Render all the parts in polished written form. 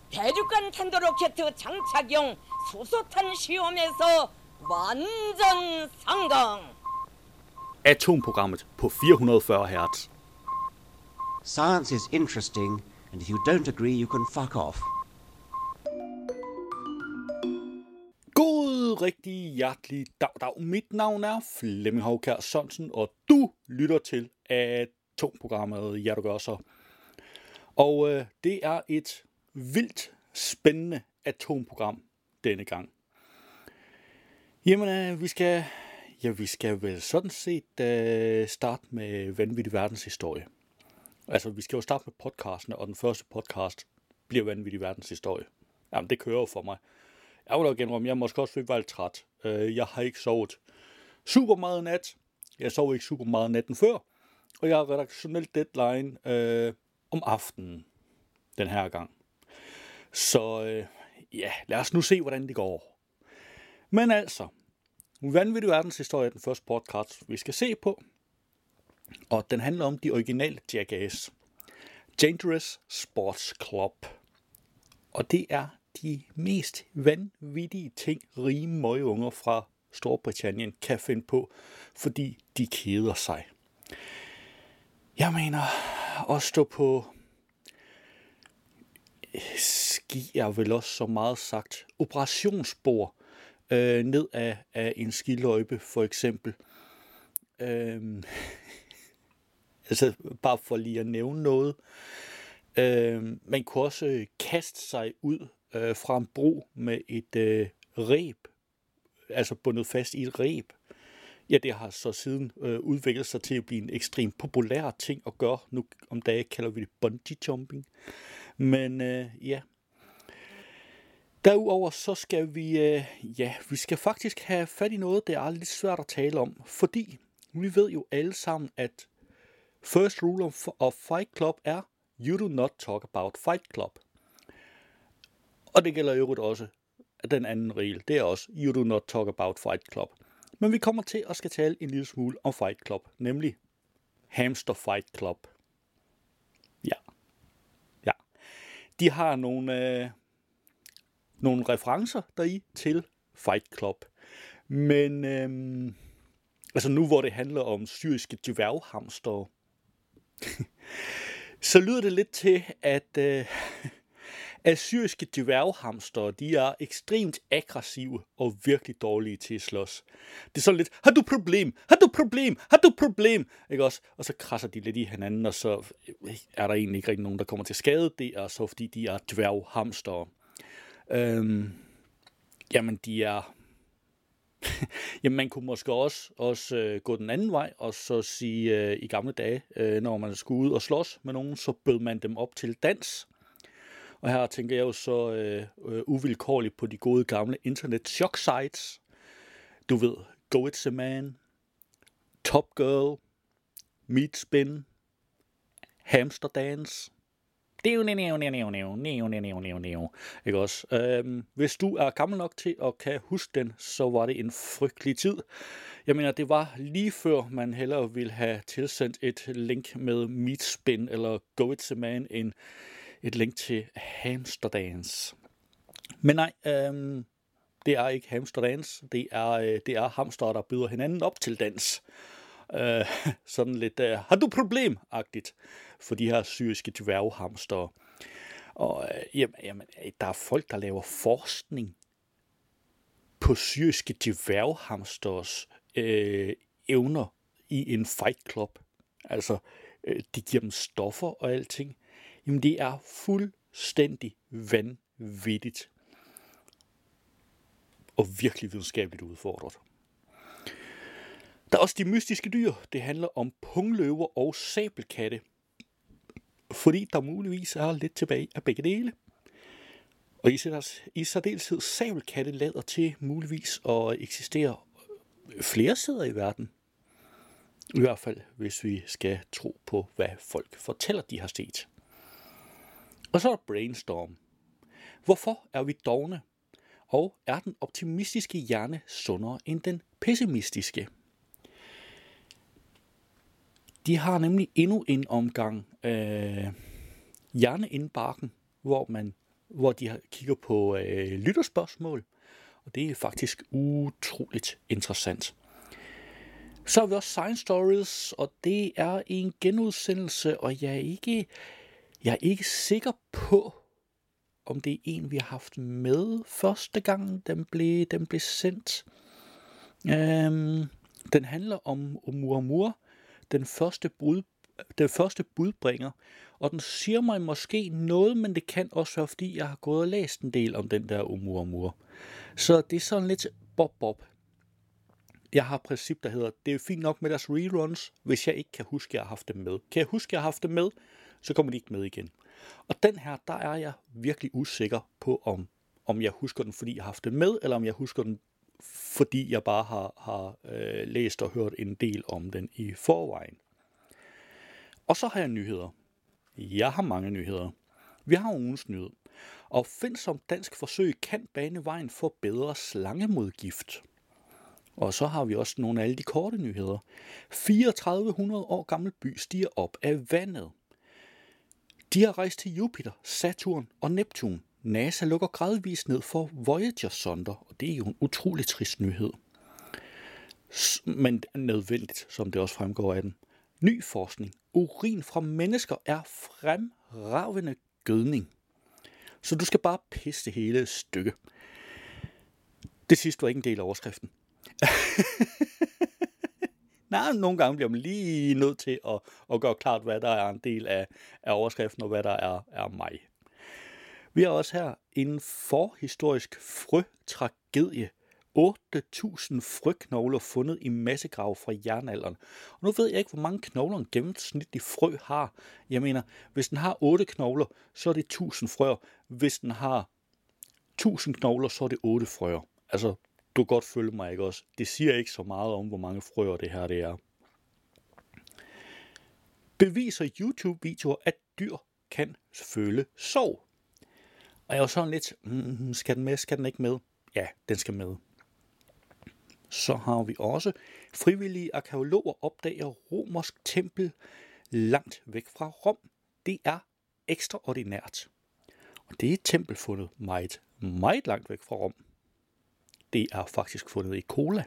대륙간 탄도로켓 장착용 수소탄 시험에서 완전 성공. Atomprogrammet på 440 Hz. Science is interesting, and if you don't agree, you can fuck off. God rigtig hjertelig dag. Mit navn er Flemming Hovkjær Sørensen, og du lytter til Atomprogrammet. Ja, du gør så. Og det er et vildt spændende atomprogram denne gang. Jamen, vi skal vel sådan set starte med vanvittig verdenshistorie. Altså, vi skal jo starte med podcasten, og den første podcast bliver vanvittig verdenshistorie. Jamen, det kører jo for mig. Jeg vil da genrømme, jeg måske også være lidt træt. Jeg har ikke sovet super meget nat. Jeg sov ikke super meget natten før. Og jeg har redaktionelt deadline om aftenen den her gang. Så lad os nu se, hvordan det går. Men altså, vanvittig verdenshistorie er den første podcast, vi skal se på. Og den handler om de originale Jackass. Dangerous Sports Club. Og det er de mest vanvittige ting, rige møgunger fra Storbritannien kan finde på, fordi de keder sig. Jeg mener, at stå på ski er vel også så meget sagt operationsbord ned af en skiløjpe for eksempel. Altså bare for lige at nævne noget. Man kunne også kaste sig ud fra en bro med et reb, altså bundet fast i et reb. Ja, det har så siden udviklet sig til at blive en ekstremt populær ting at gøre. Nu om dagen kalder vi det bungee jumping. Men ja. Derudover så skal vi skal faktisk have fat i noget, der er lidt svært at tale om. Fordi vi ved jo alle sammen, at first rule of Fight Club er, you do not talk about Fight Club. Og det gælder jo også den anden regel. Det er også, you do not talk about Fight Club. Men vi kommer til at skal tale en lille smule om Fight Club, nemlig Hamster Fight Club. Ja. De har nogle referencer deri til Fight Club. Men altså nu hvor det handler om syriske dværghamstere, så lyder det lidt til, at syriske dværghamstere, de er ekstremt aggressive og virkelig dårlige til at slås. Det er sådan lidt, har du problem? Ikke også? Og så krasser de lidt i hinanden, og så er der egentlig ikke rigtig nogen, der kommer til skade. Det er så, fordi de er dværghamstere. Jamen, de er... Jamen, man kunne måske også gå den anden vej, og så sige, i gamle dage, når man skulle ud og slås med nogen, så bød man dem op til dans. Og her tænker jeg jo så uvilkårligt på de gode gamle internet shock sites. Du ved, Go It's a Man, Top Girl, Meat Spin, Hamster Dance. Ikke også? Hvis du er gammel nok til at kan huske den, så var det en frygtelig tid. Jeg mener, det var lige før man hellere ville have tilsendt et link med Meat Spin eller Go It's a Man end et link til Hamster Dance. Men nej, det er ikke Hamster Dance. Det er hamster, der byder hinanden op til dans. Sådan lidt, har du problem-agtigt for de her syriske dværghamstere. Og jamen, der er folk, der laver forskning på syriske dværghamsters evner i en fight club. Altså, de giver dem stoffer og alting. Jamen, det er fuldstændig vanvittigt. Og virkelig videnskabeligt udfordret. Der er også de mystiske dyr. Det handler om pungløver og sabelkatte. Fordi der muligvis er lidt tilbage af begge dele. Og i særdeleshed sabelkatte lader til muligvis at eksistere flere steder i verden. I hvert fald, hvis vi skal tro på, hvad folk fortæller, de har set. Og så er der brainstorm. Hvorfor er vi dovne? Og er den optimistiske hjerne sundere end den pessimistiske? De har nemlig endnu en omgang hjerneindbarken, hvor man hvor de kigger på lytterspørgsmål, og det er faktisk utroligt interessant. Så har vi også Science Stories, og det er en genudsendelse, og jeg er ikke sikker på, om det er en, vi har haft med første gang, den blev sendt. Den handler om Oumuamua, den første budbringer, og den siger mig måske noget, men det kan også være, fordi jeg har gået og læst en del om den der Oumuamua. Så det er sådan lidt bob. Jeg har et princip, der hedder, det er fint nok med deres reruns, hvis jeg ikke kan huske, at jeg har haft dem med. Kan jeg huske, at jeg har haft dem med, så kommer de ikke med igen. Og den her, der er jeg virkelig usikker på, om jeg husker den, fordi jeg har haft den med, eller om jeg husker den, fordi jeg bare har læst og hørt en del om den i forvejen. Og så har jeg nyheder. Jeg har mange nyheder. Vi har ugens nyhed. Og find som dansk forsøg kan bane vejen for bedre slangemodgift. Og så har vi også nogle af alle de korte nyheder. 3400 år gammel by stiger op af vandet. De har rejst til Jupiter, Saturn og Neptun. NASA lukker gradvist ned for Voyager-sonder, og det er jo en utrolig trist nyhed. Men nødvendigt, som det også fremgår af den. Ny forskning. Urin fra mennesker er fremragende gødning. Så du skal bare pisse det hele stykke. Det sidste var ikke en del af overskriften. Nej, nogle gange bliver man lige nødt til at gøre klart, hvad der er en del af overskriften, og hvad der er mig. Vi har også her en forhistorisk frøtragedie. 8.000 frøknogler fundet i massegrav fra jernalderen. Og nu ved jeg ikke, hvor mange knogler en gennemsnitlig frø har. Jeg mener, hvis den har 8 knogler, så er det 1000 frøer. Hvis den har 1000 knogler, så er det 8 frøer. Altså, du kan godt følge mig, ikke også? Det siger ikke så meget om, hvor mange frøer det her det er. Beviser YouTube-videoer, at dyr kan føle sorg. Og jeg er jo sådan lidt, skal den med, skal den ikke med? Ja, den skal med. Så har vi også frivillige arkæologer opdager romersk tempel langt væk fra Rom. Det er ekstraordinært. Og det er et tempel fundet meget, meget langt væk fra Rom. Det er faktisk fundet i Kola.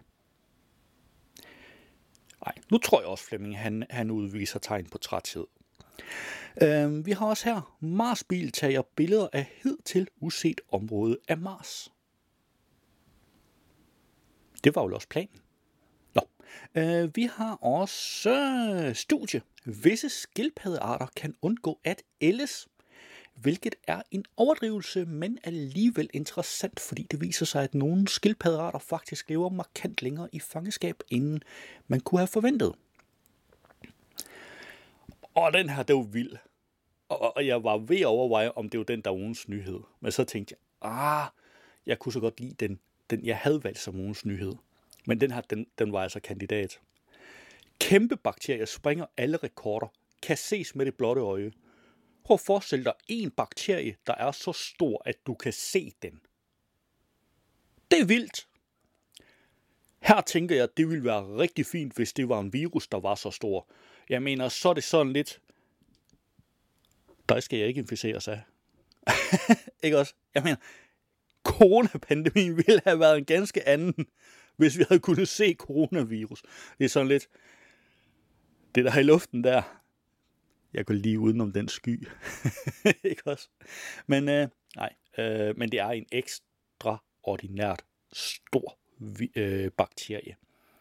Nej, nu tror jeg også, Flemming, han udviser tegn på træthed. Vi har også her, Marsbil tager billeder af hidtil uset område af Mars. Det var jo også planen. Nå. Vi har også studie. Visse skildpaddearter kan undgå at ældes, hvilket er en overdrivelse, men alligevel interessant, fordi det viser sig, at nogle skildpaddearter faktisk lever markant længere i fangenskab, end man kunne have forventet. Og den her, det var vild. Og jeg var ved at overveje, om det var den, der var ugens nyhed. Men så tænkte jeg, jeg kunne så godt lide den jeg havde valgt som ugens nyhed. Men den her, den var altså kandidat. Kæmpe bakterier springer alle rekorder. Kan ses med det blotte øje. Prøv at forestille dig en bakterie, der er så stor, at du kan se den. Det er vildt. Her tænker jeg, at det ville være rigtig fint, hvis det var en virus, der var så stor. Jeg mener, så er det sådan lidt, der skal jeg ikke inficeres af. Ikke også? Jeg mener, coronapandemien ville have været en ganske anden, hvis vi havde kunnet se coronavirus. Det er sådan lidt, det der er i luften der, jeg går lige udenom den sky. Ikke også? Men men det er en ekstraordinært stor bakterie.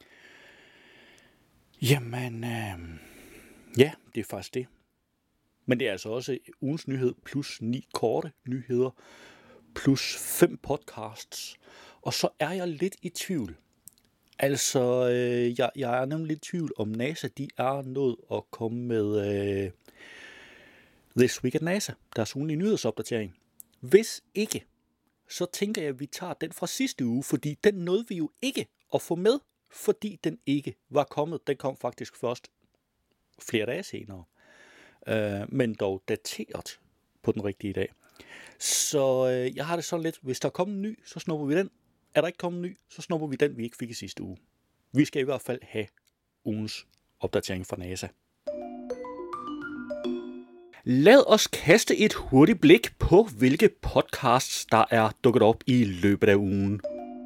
Jamen, ja, det er faktisk det. Men det er altså også ugens nyhed plus 9 korte nyheder plus 5 podcasts. Og så er jeg lidt i tvivl. Altså, jeg er nemlig lidt i tvivl om NASA. De er nået at komme med This Week at NASA, deres ugenlige nyhedsopdatering. Hvis ikke, så tænker jeg, at vi tager den fra sidste uge, fordi den nåede vi jo ikke at få med, fordi den ikke var kommet. Den kom faktisk først flere dage senere, men dog dateret på den rigtige dag. Så jeg har det sådan lidt, hvis der er kommet en ny, så snupper vi den. Er der ikke kommet en ny, så snupper vi den, vi ikke fik i sidste uge. Vi skal i hvert fald have ugens opdatering fra NASA. Lad os kaste et hurtigt blik på, hvilke podcasts, der er dukket op i løbet af ugen.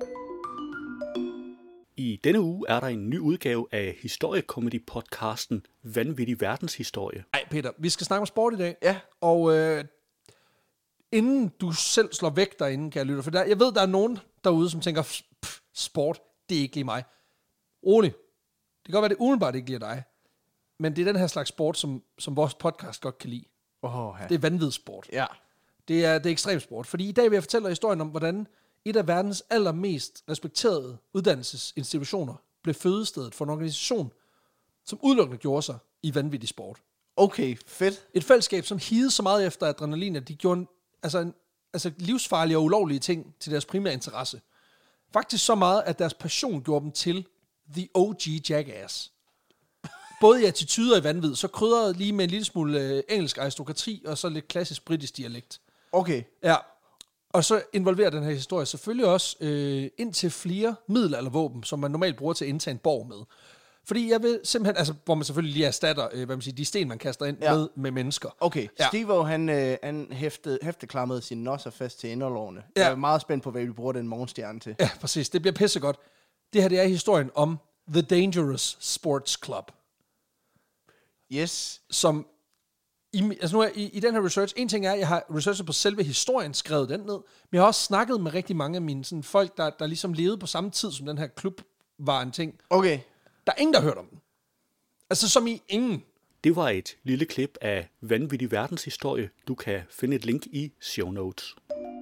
I denne uge er der en ny udgave af historiekomedy-podcasten Vanvittig Verdenshistorie. Nej, Peter, vi skal snakke om sport i dag. Ja. Og inden du selv slår væk derinde, kan jeg lytte, for jeg ved, der er nogen derude, som tænker, sport, det er ikke lige mig. Rolig. Det kan godt være, det umiddelbart ikke lige dig. Men det er den her slags sport, som vores podcast godt kan lide. Det er vanvidssport. Ja. Det er ekstrem sport. Fordi i dag vil jeg fortælle dig historien om, hvordan et af verdens allermest respekterede uddannelsesinstitutioner blev fødestedet for en organisation, som udelukkende gjorde sig i vanvittig sport. Okay, fedt. Et fællesskab, som hidede så meget efter adrenalin, at de gjorde livsfarlige og ulovlige ting til deres primære interesse. Faktisk så meget, at deres passion gjorde dem til the OG Jackass. Både i attitude og i vanvid, så krydrede lige med en lille smule engelsk aristokrati, og så lidt klassisk britisk dialekt. Okay. Ja, og så involverer den her historie selvfølgelig også indtil flere middelaldervåben, som man normalt bruger til at indtage en borg med. Fordi jeg vil simpelthen, altså hvor man selvfølgelig lige erstatter, de sten, man kaster ind med mennesker. Okay, Ja. Steve-O, han hæfteklammede sine nosser fast til inderlårene. Ja. Jeg er meget spændt på, hvad vi bruger den morgenstjerne til. Ja, præcis. Det bliver pissegodt. Det her, det er historien om The Dangerous Sports Club. Yes. Som, i den her research, en ting er, at jeg har researchet på selve historien, skrevet den ned, men jeg har også snakket med rigtig mange af mine sådan, folk, der ligesom levede på samme tid, som den her klub var en ting. Okay. Der er ingen, der har hørt om den. Altså som i ingen. Det var et lille klip af Vanvittig Verdenshistorie. Du kan finde et link i show notes.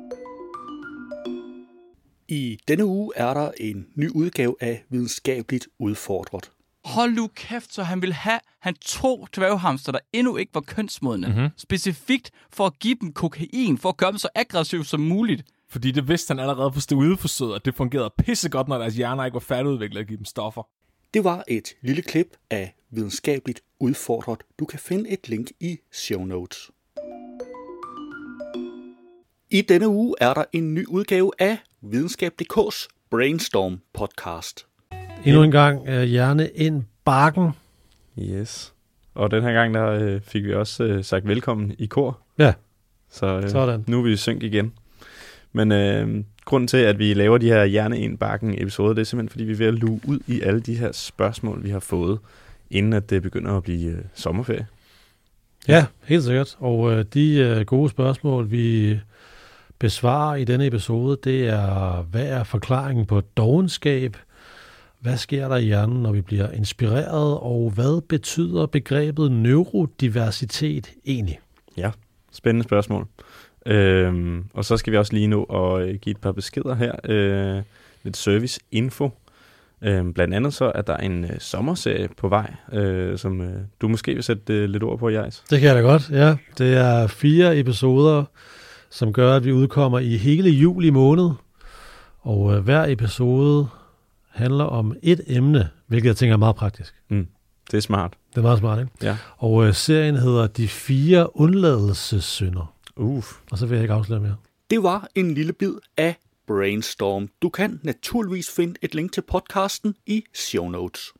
I denne uge er der en ny udgave af Videnskabeligt Udfordret. Hold nu kæft, så han tog dværghamster, der endnu ikke var kønsmodne. Specifikt for at give dem kokain, for at gøre dem så aggressiv som muligt. Fordi det vidste han allerede på studeforsøget, at det fungerede pissegodt, når deres hjerner ikke var færdigudviklet at give dem stoffer. Det var et lille klip af Videnskabeligt Udfordret. Du kan finde et link i show notes. I denne uge er der en ny udgave af Videnskab.dk's Brainstorm podcast. Endnu en gang hjerne ind bakken. Yes. Og den her gang, der fik vi også sagt velkommen i kor. Ja, så sådan. Nu er vi i synk igen. Men grunden til, at vi laver de her hjerne ind bakken episoder, det er simpelthen, fordi vi er ved at luge ud i alle de her spørgsmål, vi har fået, inden at det begynder at blive sommerferie. Ja, helt sikkert. Og de gode spørgsmål, vi besvarer i denne episode, det er, hvad er forklaringen på dovenskab? Hvad sker der i hjernen, når vi bliver inspireret? Og hvad betyder begrebet neurodiversitet egentlig? Ja, spændende spørgsmål. Og så skal vi også lige nu og give et par beskeder her. Lidt service-info. Blandt andet så er der en sommerserie på vej, som du måske vil sætte lidt ord på, Jais. Det kan jeg da godt, ja. Det er 4 episoder, som gør, at vi udkommer i hele juli måned. Og hver episode handler om et emne, hvilket jeg tænker er meget praktisk. Det er smart. Det er meget smart, ikke? Ja. Og serien hedder De 4 undladelsessynder. Og så vil jeg ikke afsløre mere. Det var en lille bid af Brainstorm. Du kan naturligvis finde et link til podcasten i show notes.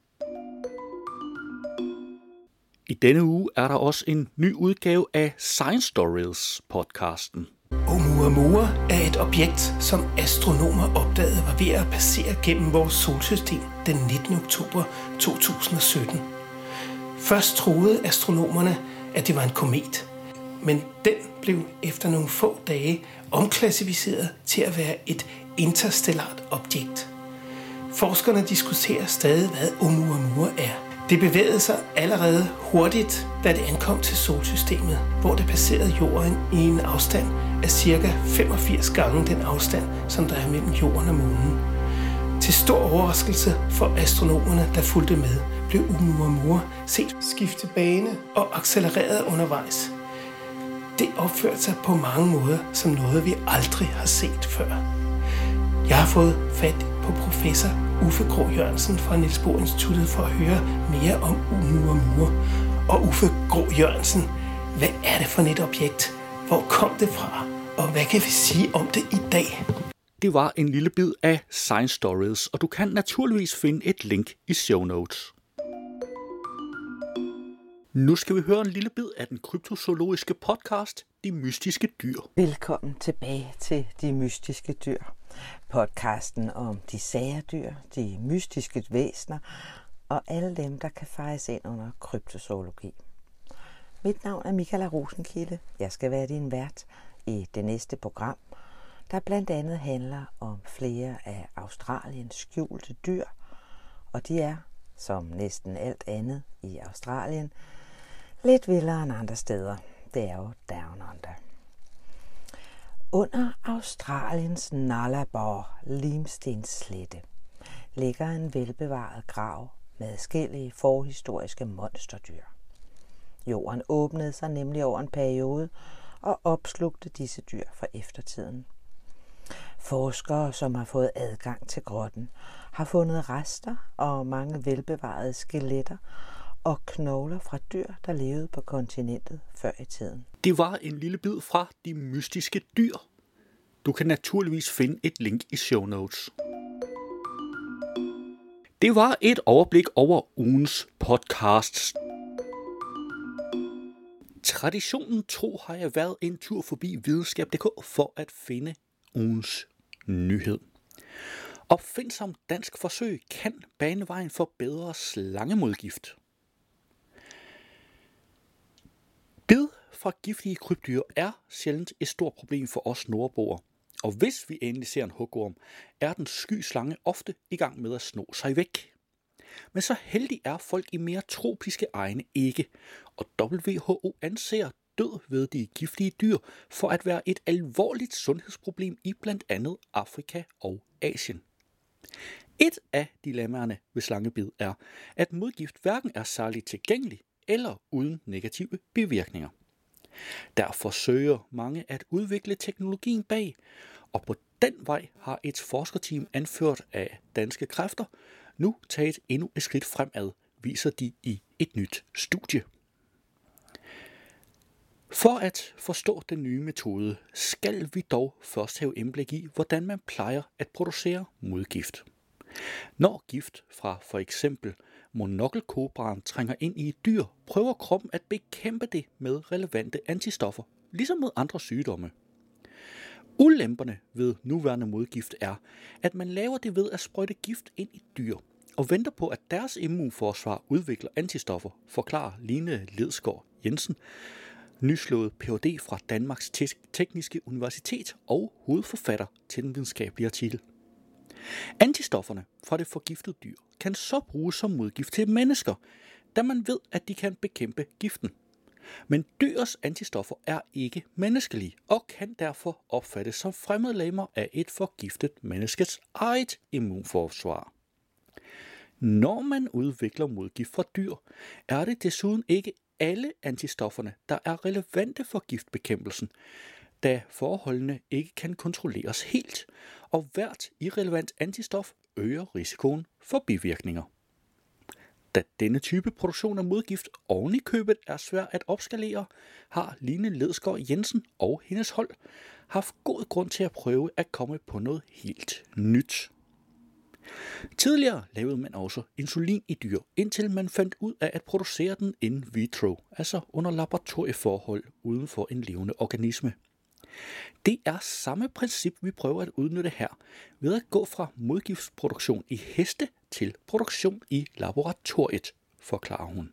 I denne uge er der også en ny udgave af Science Stories podcasten. Oumuamua er et objekt, som astronomer opdagede var ved at passere gennem vores solsystem den 19. oktober 2017. Først troede astronomerne, at det var en komet, men den blev efter nogle få dage omklassificeret til at være et interstellart objekt. Forskerne diskuterer stadig, hvad Oumuamua er. Det bevægede sig allerede hurtigt, da det ankom til solsystemet, hvor det passerede jorden i en afstand af ca. 85 gange den afstand, som der er mellem jorden og månen. Til stor overraskelse for astronomerne, der fulgte med, blev Oumuamua set skifte bane og accelereret undervejs. Det opførte sig på mange måder som noget, vi aldrig har set før. Jeg har fået fat på professor Uffe Grå Jørgensen fra Niels Bohr Instituttet for at høre mere om Oumuamua. Og Uffe Grå Jørgensen, hvad er det for et objekt? Hvor kom det fra? Og hvad kan vi sige om det i dag? Det var en lille bid af Science Stories, og du kan naturligvis finde et link i show notes. Nu skal vi høre en lille bid af den kryptozoologiske podcast, De Mystiske Dyr. Velkommen tilbage til De Mystiske Dyr. Podcasten om de sære dyr, de mystiske væsener og alle dem, der kan fejes ind under kryptozoologi. Mit navn er Michaela Rosenkilde. Jeg skal være din vært i det næste program, der blandt andet handler om flere af Australiens skjulte dyr, og de er, som næsten alt andet i Australien, lidt vildere end andre steder. Det er jo Down Under. Under Australiens Nullarbor limstenslette ligger en velbevaret grav med adskillige forhistoriske monsterdyr. Jorden åbnede sig nemlig over en periode og opslugte disse dyr fra eftertiden. Forskere, som har fået adgang til grotten, har fundet rester og mange velbevarede skeletter og knogler fra dyr, der levede på kontinentet før i tiden. Det var en lille bid fra De Mystiske Dyr. Du kan naturligvis finde et link i show notes. Det var et overblik over ugens podcasts. Traditionen tro har jeg været en tur forbi videnskab.dk for at finde ugens nyhed. Opfindsom dansk forsøg kan bane vejen for bedre slangemodgift. Bid fra giftige krybdyr er sjældent et stort problem for os nordboere, og hvis vi endelig ser en hugorm, er den sky slange ofte i gang med at sno sig væk. Men så heldig er folk i mere tropiske egne ikke, og WHO anser død ved de giftige dyr for at være et alvorligt sundhedsproblem i blandt andet Afrika og Asien. Et af dilemmaerne ved slangebid er, at modgift hverken er særligt tilgængelig eller uden negative bivirkninger. Derfor søger mange at udvikle teknologien bag, og på den vej har et forskerteam anført af danske kræfter nu taget endnu et skridt fremad, viser de i et nyt studie. For at forstå den nye metode, skal vi dog først have indblik i, hvordan man plejer at producere modgift. Når gift fra for eksempel monokkelkobraen trænger ind i et dyr, prøver kroppen at bekæmpe det med relevante antistoffer, ligesom med andre sygdomme. Ulemperne ved nuværende modgift er, at man laver det ved at sprøjte gift ind i dyr, og venter på, at deres immunforsvar udvikler antistoffer, forklarer Line Ledsgaard Jensen, nyslået Ph.D. fra Danmarks Tekniske Universitet og hovedforfatter til den videnskabelige artikel. Antistofferne fra det forgiftede dyr kan så bruges som modgift til mennesker, da man ved, at de kan bekæmpe giften. Men dyrs antistoffer er ikke menneskelige og kan derfor opfattes som fremmedlegemer af et forgiftet menneskets eget immunforsvar. Når man udvikler modgift fra dyr, er det desuden ikke alle antistofferne, der er relevante for giftbekæmpelsen, da forholdene ikke kan kontrolleres helt, og hvert irrelevant antistof øger risikoen for bivirkninger. Da denne type produktion af modgift oven i købet er svær at opskalere, har Line Ledsgaard Jensen og hendes hold haft god grund til at prøve at komme på noget helt nyt. Tidligere lavede man også insulin i dyr, indtil man fandt ud af at producere den in vitro, altså under laboratorieforhold uden for en levende organisme. Det er samme princip, vi prøver at udnytte her, ved at gå fra modgiftsproduktion i heste til produktion i laboratoriet, forklarer hun.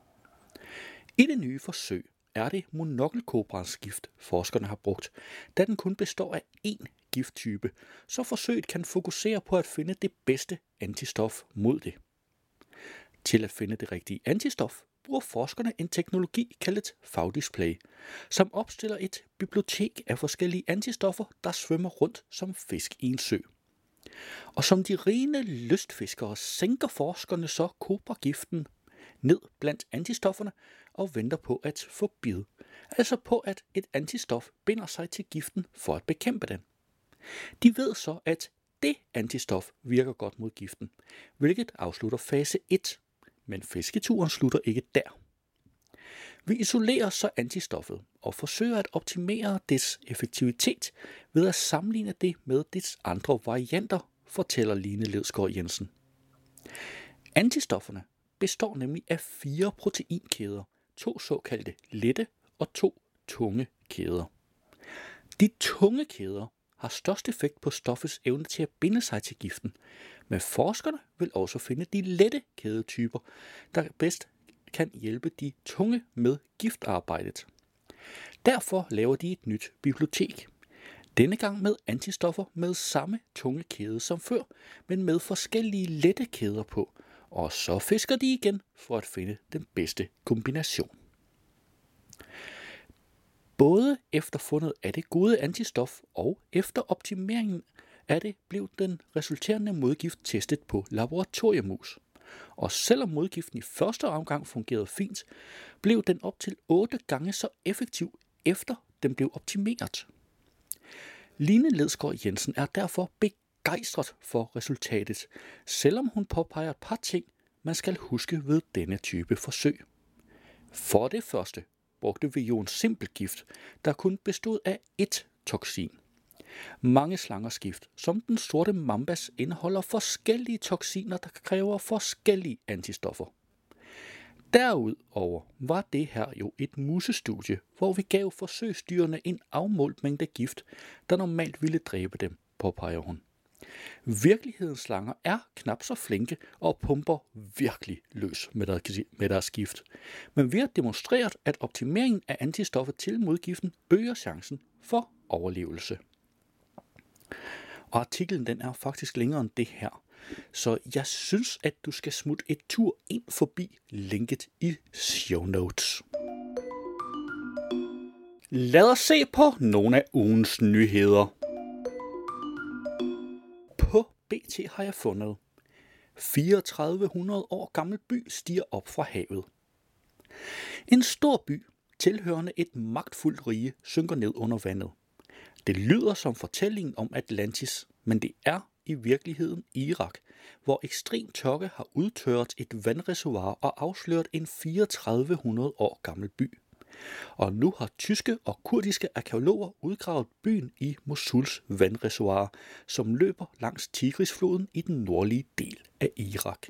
I det nye forsøg er det monokkelkobrans gift, forskerne har brugt, da den kun består af én gifttype, så forsøget kan fokusere på at finde det bedste antistof mod det. Til at finde det rigtige antistof bruger forskerne en teknologi kaldet fagdisplay, som opstiller et bibliotek af forskellige antistoffer, der svømmer rundt som fisk i en sø. Og som de rene lystfiskere sænker forskerne så kobragiften ned blandt antistofferne og venter på at få bid, altså på at et antistof binder sig til giften for at bekæmpe den. De ved så, at det antistof virker godt mod giften, hvilket afslutter fase 1, men fisketuren slutter ikke der. Vi isolerer så antistoffet og forsøger at optimere dets effektivitet ved at sammenligne det med dets andre varianter, fortæller Line Ledsgaard Jensen. Antistofferne består nemlig af 4 proteinkæder, 2 såkaldte lette og 2 tunge kæder. De tunge kæder har størst effekt på stoffets evne til at binde sig til giften, men forskerne vil også finde de lette kædetyper, der bedst kan hjælpe de tunge med giftarbejdet. Derfor laver de et nyt bibliotek. Denne gang med antistoffer med samme tunge kæde som før, men med forskellige lette kæder på, og så fisker de igen for at finde den bedste kombination. Både efter fundet af det gode antistof og efter optimeringen af det blev den resulterende modgift testet på laboratoriemus. Og selvom modgiften i første omgang fungerede fint, blev den op til 8 gange så effektiv efter den blev optimeret. Line Ledsgaard Jensen er derfor begejstret for resultatet, selvom hun påpeger et par ting, man skal huske ved denne type forsøg. For det første brugte vi jo en simpel gift, der kun bestod af ét toksin. Mange slangers gift, som den sorte mambas, indeholder forskellige toksiner, der kræver forskellige antistoffer. Derudover var det her jo et musestudie, hvor vi gav forsøgsdyrene en afmålt mængde gift, der normalt ville dræbe dem, påpeger hun. Virkelighedens slanger er knap så flinke og pumper virkelig løs med deres gift. Men vi har demonstreret, at optimeringen af antistoffet til modgiften øger chancen for overlevelse. Og artiklen den er faktisk længere end det her. Så jeg synes, at du skal smutte et tur ind forbi linket i show notes. Lad os se på nogle af ugens nyheder. På BT har jeg fundet 3400 år gammel by stiger op fra havet. En stor by, tilhørende et magtfuldt rige, synker ned under vandet. Det lyder som fortællingen om Atlantis, men det er i virkeligheden Irak, hvor ekstrem tørke har udtørret et vandreservoir og afsløret en 3400 år gammel by. Og nu har tyske og kurdiske arkæologer udgravet byen i Mosuls vandreservoir, som løber langs Tigrisfloden i den nordlige del af Irak.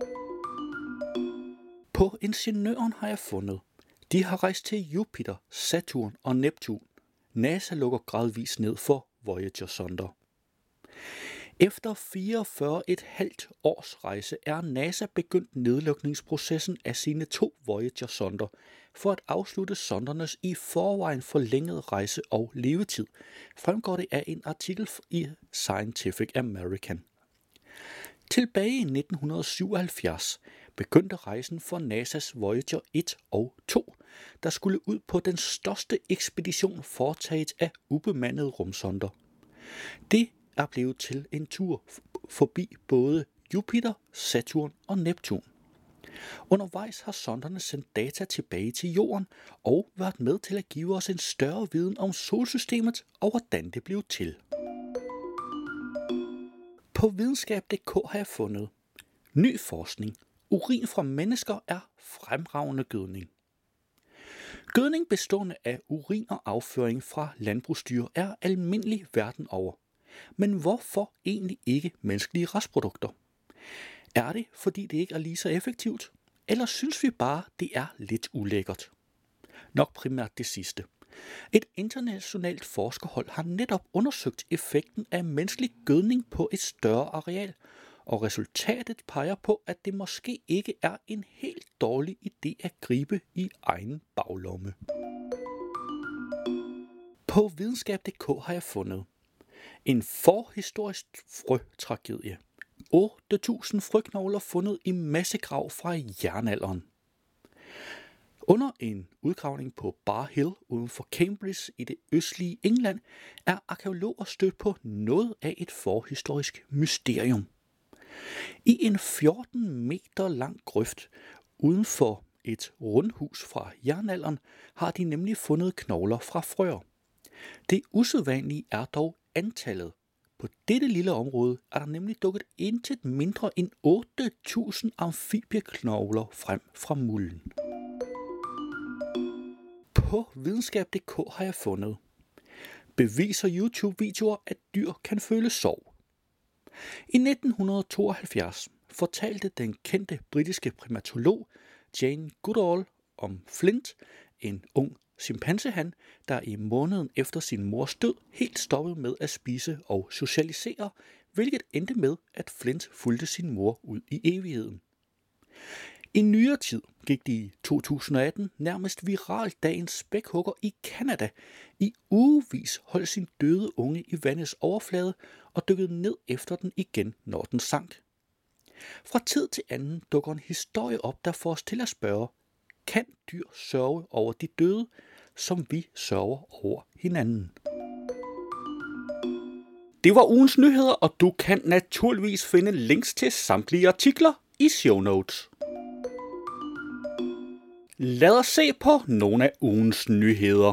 På Ingeniøren har jeg fundet. De har rejst til Jupiter, Saturn og Neptun. NASA lukker gradvist ned for Voyager-sonder. Efter 44,5 års rejse er NASA begyndt nedlukningsprocessen af sine 2 Voyager-sonder for at afslutte sondernes i forvejen forlængede rejse og levetid, fremgår det af en artikel i Scientific American. Tilbage i 1977 begyndte rejsen for NASA's Voyager 1 og 2, der skulle ud på den største ekspedition foretaget af ubemandede rumsonder. Det er blevet til en tur forbi både Jupiter, Saturn og Neptun. Undervejs har sonderne sendt data tilbage til Jorden og været med til at give os en større viden om solsystemet og hvordan det blev til. På videnskab.dk har jeg fundet ny forskning. Urin fra mennesker er fremragende gødning. Gødning bestående af urin og afføring fra landbrugsdyr er almindelig verden over. Men hvorfor egentlig ikke menneskelige restprodukter? Er det, fordi det ikke er lige så effektivt? Eller synes vi bare, det er lidt ulækkert? Nok primært det sidste. Et internationalt forskerhold har netop undersøgt effekten af menneskelig gødning på et større areal, og resultatet peger på, at det måske ikke er en helt dårlig idé at gribe i egen baglomme. På videnskab.dk har jeg fundet en forhistorisk frøtragedie. 8.000 frøknogler fundet i massegrav fra jernalderen. Under en udgravning på Bar Hill uden for Cambridge i det østlige England er arkæologer stødt på noget af et forhistorisk mysterium. I en 14 meter lang grøft uden for et rundhus fra jernalderen har de nemlig fundet knogler fra frøer. Det usædvanlige er dog antallet. På dette lille område er der nemlig dukket intet mindre end 8.000 amfibieknogler frem fra mulden. På videnskab.dk har jeg fundet beviser YouTube-videoer, at dyr kan føle sorg. I 1972 fortalte den kendte britiske primatolog Jane Goodall om Flint, en ung chimpansehan, der i måneden efter sin mors død helt stoppede med at spise og socialisere, hvilket endte med, at Flint fulgte sin mor ud i evigheden. I nyere tid gik de i 2018 nærmest viralt, da en spækhugger i Canada i ugevis holdt sin døde unge i vandets overflade og dykkede ned efter den igen, når den sank. Fra tid til anden dukker en historie op, der får os til at spørge, kan dyr sørge over de døde, som vi sørger over hinanden? Det var ugens nyheder, og du kan naturligvis finde links til samtlige artikler i show notes. Lad os se på nogle af ugens nyheder.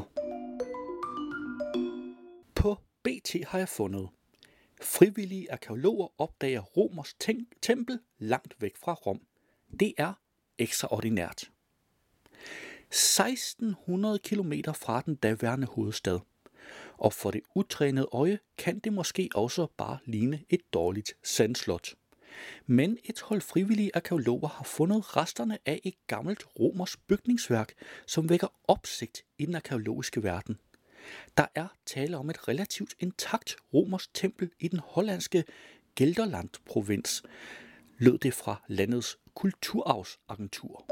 På BT har jeg fundet: frivillige arkæologer opdager Romers tempel langt væk fra Rom. Det er ekstraordinært. 1600 kilometer fra den daværende hovedstad. Og for det utrænede øje kan det måske også bare ligne et dårligt sandslot. Men et hold frivillige arkæologer har fundet resterne af et gammelt romersk bygningsværk, som vækker opsigt i den arkæologiske verden. Der er tale om et relativt intakt romersk tempel i den hollandske Gelderland-provins, lød det fra landets kulturarvsagentur.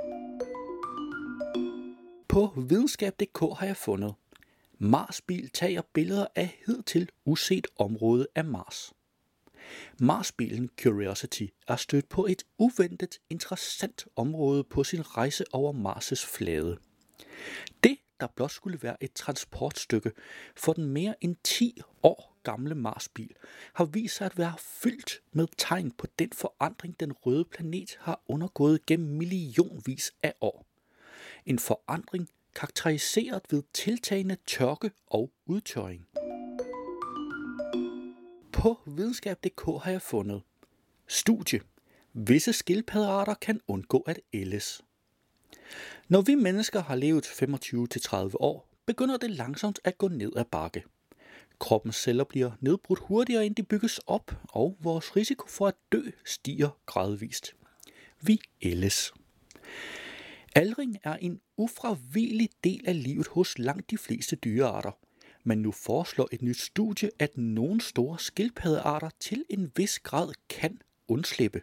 På videnskab.dk har jeg fundet: Marsbil tager billeder af hidtil uset område af Mars. Marsbilen Curiosity er stødt på et uventet interessant område på sin rejse over Mars' flade. Det, der blot skulle være et transportstykke for den mere end 10 år gamle Marsbil, har vist sig at være fyldt med tegn på den forandring, den røde planet har undergået gennem millionvis af år. En forandring karakteriseret ved tiltagende tørke og udtørring. På videnskab.dk har jeg fundet: studie. Visse skildpaddearter kan undgå at ældes. Når vi mennesker har levet 25-30 år, begynder det langsomt at gå ned ad bakke. Kroppens celler bliver nedbrudt hurtigere, end de bygges op, og vores risiko for at dø stiger gradvist. Vi ældes. Aldring er en ufravigelig del af livet hos langt de fleste dyrearter. Men nu foreslår et nyt studie, at nogle store skildpaddearter til en vis grad kan undslippe.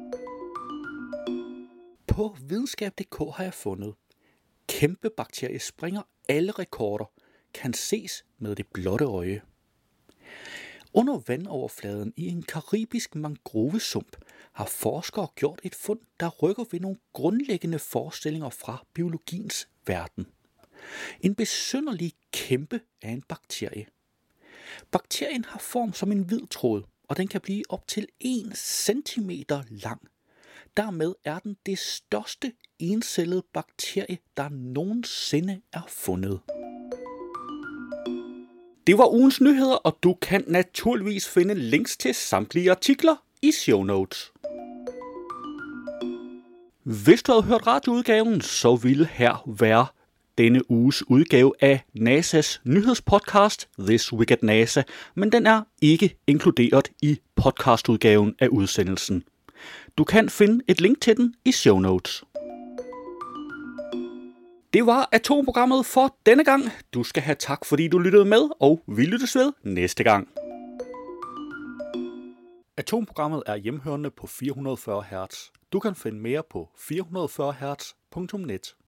På videnskab.dk har jeg fundet: kæmpe bakterie springer alle rekorder, kan ses med det blotte øje. Under vandoverfladen i en karibisk mangrovesump har forskere gjort et fund, der rykker ved nogle grundlæggende forestillinger fra biologiens verden. En besynderlig kæmpe af en bakterie. Bakterien har form som en hvid tråd, og den kan blive op til 1 centimeter lang. Dermed er den det største encellede bakterie, der nogensinde er fundet. Det var ugens nyheder, og du kan naturligvis finde links til samtlige artikler i show notes. Hvis du havde hørt radioudgaven, så ville her være denne uges udgave af NASA's nyhedspodcast This Week at NASA, men den er ikke inkluderet i podcastudgaven af udsendelsen. Du kan finde et link til den i show notes. Det var Atomprogrammet for denne gang. Du skal have tak, fordi du lyttede med, og vi lyttes ved næste gang. Atomprogrammet er hjemhørende på 440 Hz. Du kan finde mere på 440hz.net.